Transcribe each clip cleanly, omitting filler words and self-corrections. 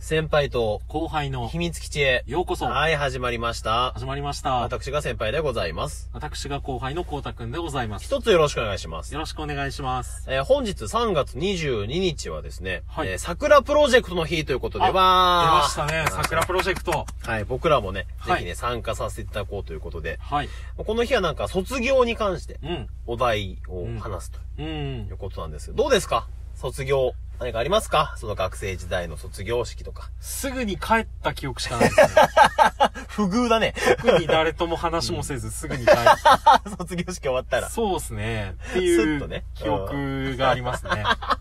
先輩と後輩の秘密基地へようこそ。 はい、始まりました。 始まりました。 私が先輩でございます。 私が後輩のこうたくんでございます。 一つよろしくお願いします。 よろしくお願いします。 本日3月22日はですね、 はい、 桜プロジェクトの日ということで、 出ましたね、桜プロジェクト。 はい、僕らもね、 はい、 ぜひね、参加させていただこうということで、 はい、 この日はなんか卒業に関して、お題を話すということなんですけど、どうですか？卒業。何かありますか？その学生時代の卒業式とか。 すぐに帰った記憶しかないですね。 不遇だね。 特に誰とも話もせずすぐに帰った。 卒業式終わったら。 そうですね。っていう記憶がありますね。だから、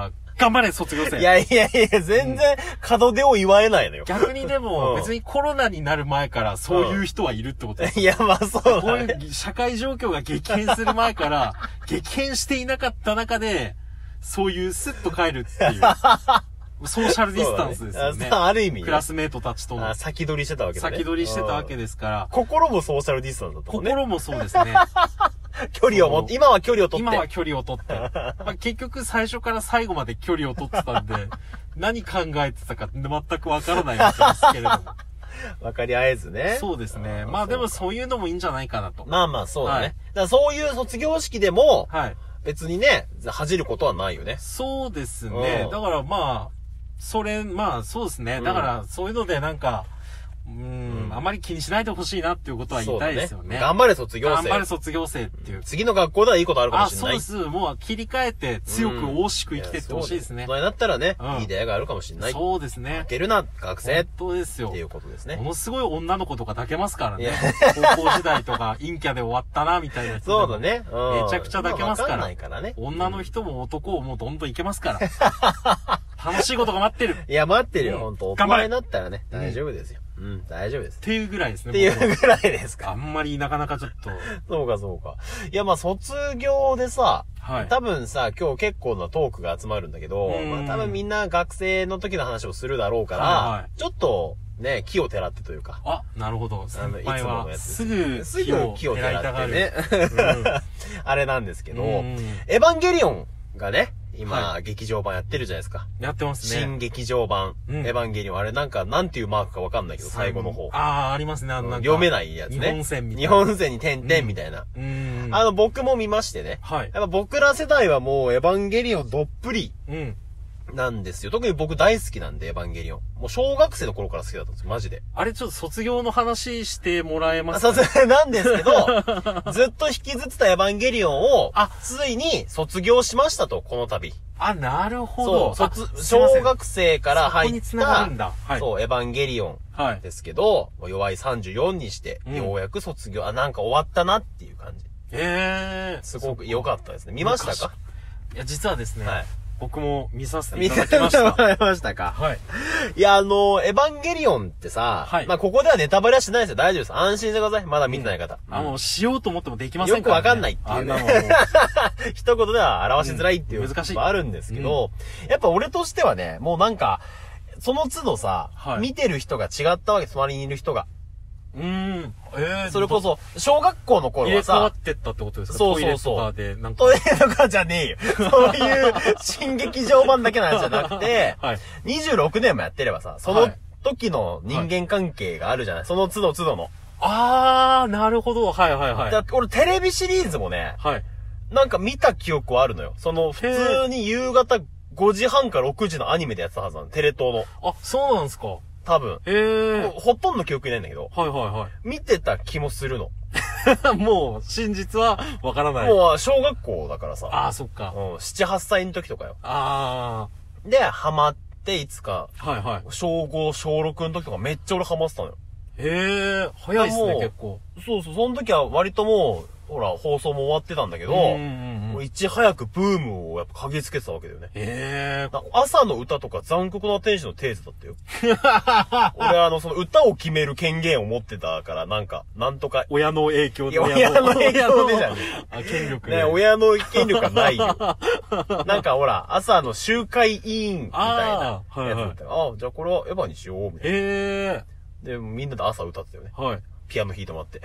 頑張れ卒業生。 いや、全然門出を祝えないのよ。 逆にでも、別にコロナになる前からそういう人はいるってことですね。いや、まあそうだね。 こういう社会状況が激変する前から、激変していなかった中で、そういうスッと帰るっていう。ソーシャルディスタンスですよね。 ある意味、 クラスメートたちとの。 先取りしてたわけだね。 先取りしてたわけですから。 心もソーシャルディスタンスだったもんね。 心もそうですね。 距離を持って、今は距離を取って。 今は距離を取って。まあ、結局最初から最後まで距離を取ってたんで、何考えてたか全くわからないわけですけれども。 わかり合えずね。 そうですね。まあでもそういうのもいいんじゃないかなと。 まあまあそうだね。はい、だからそういう卒業式でも、 はい。 別にね、恥じることはないよね。 そうですね。だからまあ、まあそうですね。だからそういうのでなんか、あまり気にしないでほしいなっていうことは言いたいですよね。 頑張れ卒業生。 頑張れ卒業生っていう。 次の学校ではいいことあるかもしれない。 そうです。もう切り替えて強く大しく生きていってほしいですね。 大人になったらね、いい出会いがあるかもしれない。 そうですね。 負けるな、学生。 本当ですよ。 っていうことですね。 ものすごい女の子とか抱けますからね。高校時代とか陰キャで終わったな、みたいな。 そうだね。 めちゃくちゃ抱けますから。女の人も男をもうどんどんいけますから。楽しいことが待ってる。 いや、待ってるよ、ほんと。大人になったらね、大丈夫ですよ。大丈夫です。 っていうぐらいですね。 っていうぐらいですか。 あんまりなかなかちょっと。 そうか。いや、まあ、卒業でさ、 はい。 多分さ、今日結構なトークが集まるんだけど、まあ多分みんな学生の時の話をするだろうから、ちょっと、ね、木をてらってというか。 あ、なるほど。先輩は、すぐ木をてらってね。あれなんですけど、エヴァンゲリオンがね、今、劇場版やってるじゃないですか。 やってますね。 新劇場版、エヴァンゲリオン。あれなんていうマークかわかんないけど、最後の方。 ありますね。 読めないやつね。 日本線みたいな。 日本線に点々みたいな。僕も見ましてね。 はい。 やっぱ僕ら世代はもうエヴァンゲリオンどっぷり。なんですよ。特に僕大好きなんで、エヴァンゲリオン。もう小学生の頃から好きだったんですよ、マジで。 あれちょっと卒業の話してもらえますか？ なんですけど、ずっと引きずってたエヴァンゲリオンを、ついに卒業しましたと、この度。 なるほど。 そう、小学生から入った、 そう、 エヴァンゲリオンですけど、弱い34にして、ようやく卒業、なんか終わったなっていう感じ。 すごく良かったですね。見ましたか？ いや、実はですね、僕も見させていただきました。 見させてもらいましたか？はい。いや、エヴァンゲリオンってさ、まあ、ここではネタバレはしないですよ。大丈夫です。安心してください。まだ見てない方。 しようと思ってもできませんからね。 よくわかんないっていうね。一言では表しづらいっていう難しい。あるんですけど、やっぱ俺としてはね、もうなんか、その都度さ、見てる人が違ったわけ、隣にいる人が。それこそ、小学校の頃はさ、 入れ替わってったってことですか？ そう。 トイレとかで、なんか。 トイレとかじゃねえよ。そういう新劇場版だけの話じゃなくて、26年もやってればさ、その時の人間関係があるじゃない、その都度都度の。 なるほど。 俺テレビシリーズもね、なんか見た記憶はあるのよ。普通に夕方5時半か6時のアニメでやってたはずなの。テレ東の。 そうなんですか？ 多分。ほとんど記憶いないんだけど。見てた気もするの。 もう、真実はわからない。 もう、小学校だからさ。 そっか。 7、8歳の時とかよ。で、ハマって、いつか。小5、小6の時とかめっちゃ俺ハマってたのよ。 早いっすね、結構。 そう、その時は割ともう、ほら、放送も終わってたんだけど、いち早くブームをやっぱ嗅ぎつけてたわけだよね。朝の歌とか残酷な天使のテーゼだったよ。俺その歌を決める権限を持ってたから、なんとか。 親の影響で。 親の影響でじゃねえ。権力ね。親の権力はないよ。なんかほら、朝の集会委員みたいなやつだったよ。じゃあこれはエヴァにしよう、みたいな。で、みんなで朝歌ってたよね。ピアノ弾いてもらって。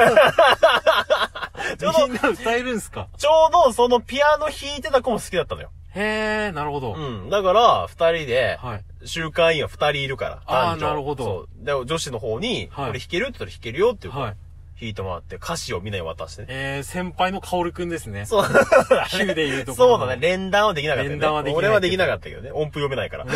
みんな歌えるんすか？ ちょうどそのピアノ弾いてた子も好きだったのよ。 へー、なるほど。 だから、二人で、 週刊員は2人いるから。 ああ、なるほど。 そう。で、女子の方に、これ弾けるって言ったら弾けるよっていうか、弾いてもらって、歌詞をみんなに渡してね。 先輩のカオルくんですね。 そう。 9で言うところ。 そうだね。連弾はできなかったよね。連弾はできない。俺はできなかったけどね。音符読めないから。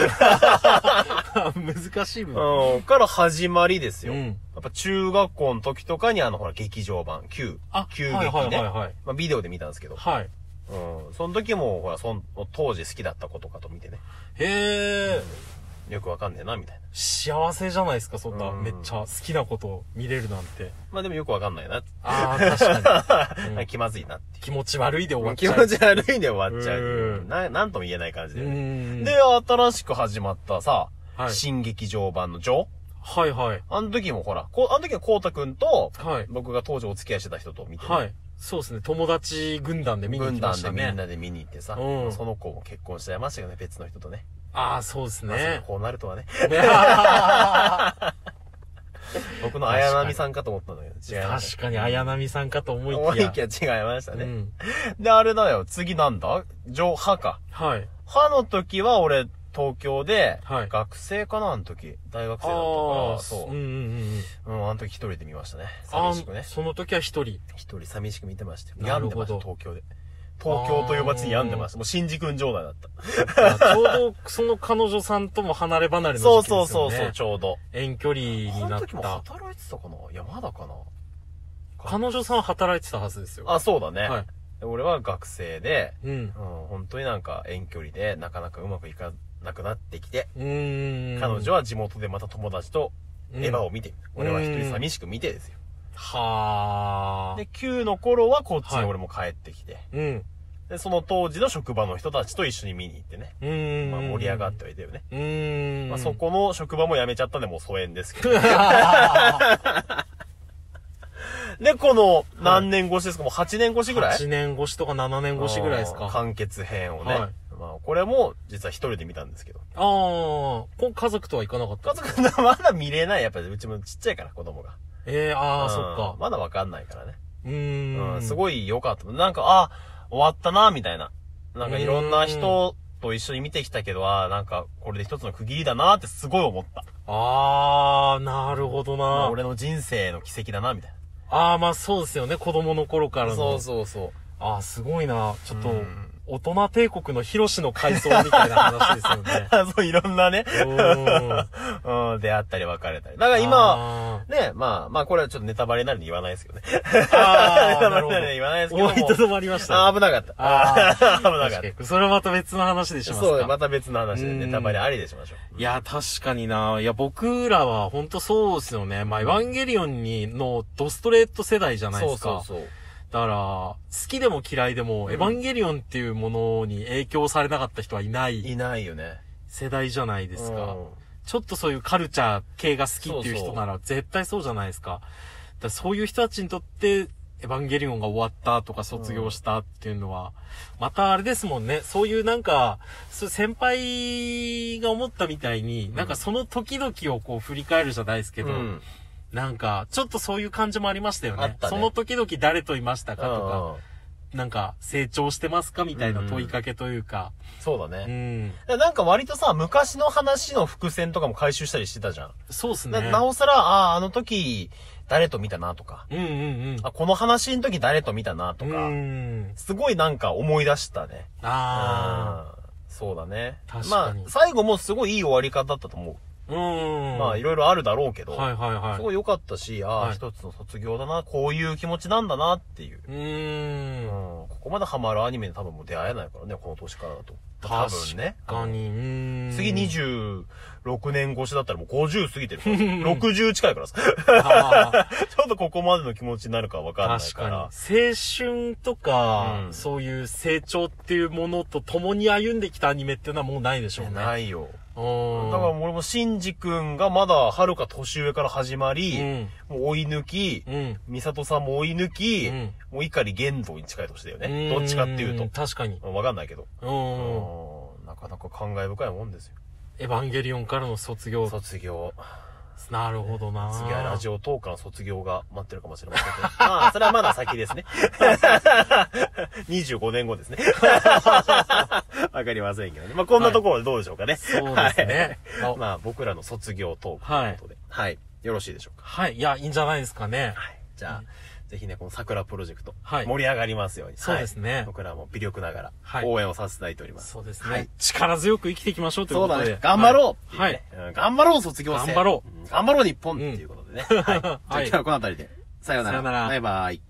難しい分。 から始まりですよ。やっぱ中学校の時とかにほら、劇場版、旧劇ね。まあ、ビデオで見たんですけど。はい。その時も、ほら、当時好きだった子とかと見てね。 へー。 よくわかんねえな、みたいな。 幸せじゃないですか、そんな、めっちゃ好きなことを見れるなんて。 まあでもよくわかんないな。 ああ、確かに。 気まずいなって。 気持ち悪いで終わっちゃう。 気持ち悪いで終わっちゃう。なんとも言えない感じでね。で、新しく始まったさ、新劇場版のジョー？ はいはい。 あの時もほら、あの時はコウタくんと、僕が当時お付き合いしてた人と見て、 はい。そうですね。友達軍団で見に行きましたね。 軍団でみんなで見に行ってさ、その子も結婚しちゃいましたよね、別の人とね。 ああ、そうですね。 こうなるとはね。僕の綾波さんかと思ったんだけど、 違いました。確かに綾波さんかと思いきや。違いましたね。で、あれだよ、次なんだ？歯か。はい。歯の時は俺、東京で、学生かな、あの時。大学生だったから、そう。あの時一人で見ましたね。寂しくね。 その時は一人寂しく見てました。病んでました、東京で。東京という街に病んでました。もう新宿状態だった。 ちょうど、その彼女さんとも離れ離れの時期ですよね。 そう、ちょうど。 遠距離になった。 あの時も働いてたかな？いや、まだかな。 彼女さんは働いてたはずですよ。 あ、そうだね。はい。俺は学生で、本当になんか遠距離でなかなかうまくいかなくなってきて、彼女は地元でまた友達とエヴァを見て、俺は一人寂しく見てですよ。 はで、9の頃はこっちに俺も帰ってきて、で、その当時の職場の人たちと一緒に見に行ってね、まあ盛り上がってはいたよね。まあそこの職場も辞めちゃったんでもう疎遠ですけど。で、この何年越しですか？もう8年越しぐらい？ 8 年越しとか7年越しぐらいですか？ 完結編をね。まあ、これも、実は一人で見たんですけど。 家族とは行かなかった？ 家族まだ見れない。やっぱりうちもちっちゃいから、子供が。 そっか。 まだわかんないからね。すごい良かった。なんか、終わったな、みたいな。なんかいろんな人と一緒に見てきたけど、なんか、これで一つの区切りだなってすごい思った。 なるほどな。 俺の人生の奇跡だな、みたいな。まあそうですよね、子供の頃からの。 そう。 すごいな。ちょっと、大人帝国のヒロシの階層みたいな話ですよね。 そう、いろんなね。出会ったり別れたり。だから今、ね、まあ、これはちょっとネタバレになるんで言わないですけどね。ネタバレになるんで言わないですけど。 思いとどまりました。 危なかった。危なかった。 それはまた別の話でしますか？ そう、また別の話でネタバレありでしましょう。 いや、確かにな。いや、僕らは本当そうですよね。まあ、エヴァンゲリオンのドストレート世代じゃないですか。そう。だから、好きでも嫌いでも、エヴァンゲリオンっていうものに影響されなかった人はいない。 いないよね。 世代じゃないですか。ちょっとそういうカルチャー系が好きっていう人なら絶対そうじゃないですか。だからそういう人たちにとって、エヴァンゲリオンが終わったとか卒業したっていうのは、またあれですもんね。そういうなんか、先輩が思ったみたいに、なんかその時々をこう振り返るじゃないですけど、なんか、ちょっとそういう感じもありましたよね。その時々誰といましたかとか、なんか、成長してますかみたいな問いかけというか。 そうだね。なんか割とさ、昔の話の伏線とかも回収したりしてたじゃん。 そうっすね。 なおさら、あの時、誰と見たなとか。この話の時誰と見たなとか。すごいなんか思い出したね。そうだね。 確かに。 まあ、最後もすごいいい終わり方だったと思う。まあ、いろいろあるだろうけど。すごい良かったし、一つの卒業だな、こういう気持ちなんだなっていう。ここまでハマるアニメに多分もう出会えないからね、この年からだと。多分ね。 確かに。 次26年越しだったらもう50過ぎてるから。60近いからさ。ちょっとここまでの気持ちになるかわかんないから。 確かに。青春とか、そういう成長っていうものと共に歩んできたアニメっていうのはもうないでしょうね。 ないよ。だから俺もシンジ君がまだ遥か年上から始まり、もう追い抜き、ミサトさんも追い抜き、もう碇玄道に近い年だよね。どっちかっていうと。 確かに。 わかんないけど。なかなか感慨深いもんですよ。 エヴァンゲリオンからの卒業。なるほどな。 次はラジオトークの卒業が待ってるかもしれませんけど。まあ、それはまだ先ですね。25年後ですね。 わかりませんけどね。まあ、こんなところでどうでしょうかね。 そうですね。 まあ、僕らの卒業トークということで。はい。よろしいでしょうか。 はい。いや、いいんじゃないですかね。 はい。じゃあ、ぜひね、この桜プロジェクト、盛り上がりますように。 そうですね。 僕らも微力ながら、応援をさせていただいております。 そうですね。力強く生きていきましょうということで。 そうだね。頑張ろうはい。頑張ろう卒業生。 頑張ろう。頑張ろう日本っていうことでね。はい。じゃあ今日はこの辺りで。さようなら。さようなら。バイバイ。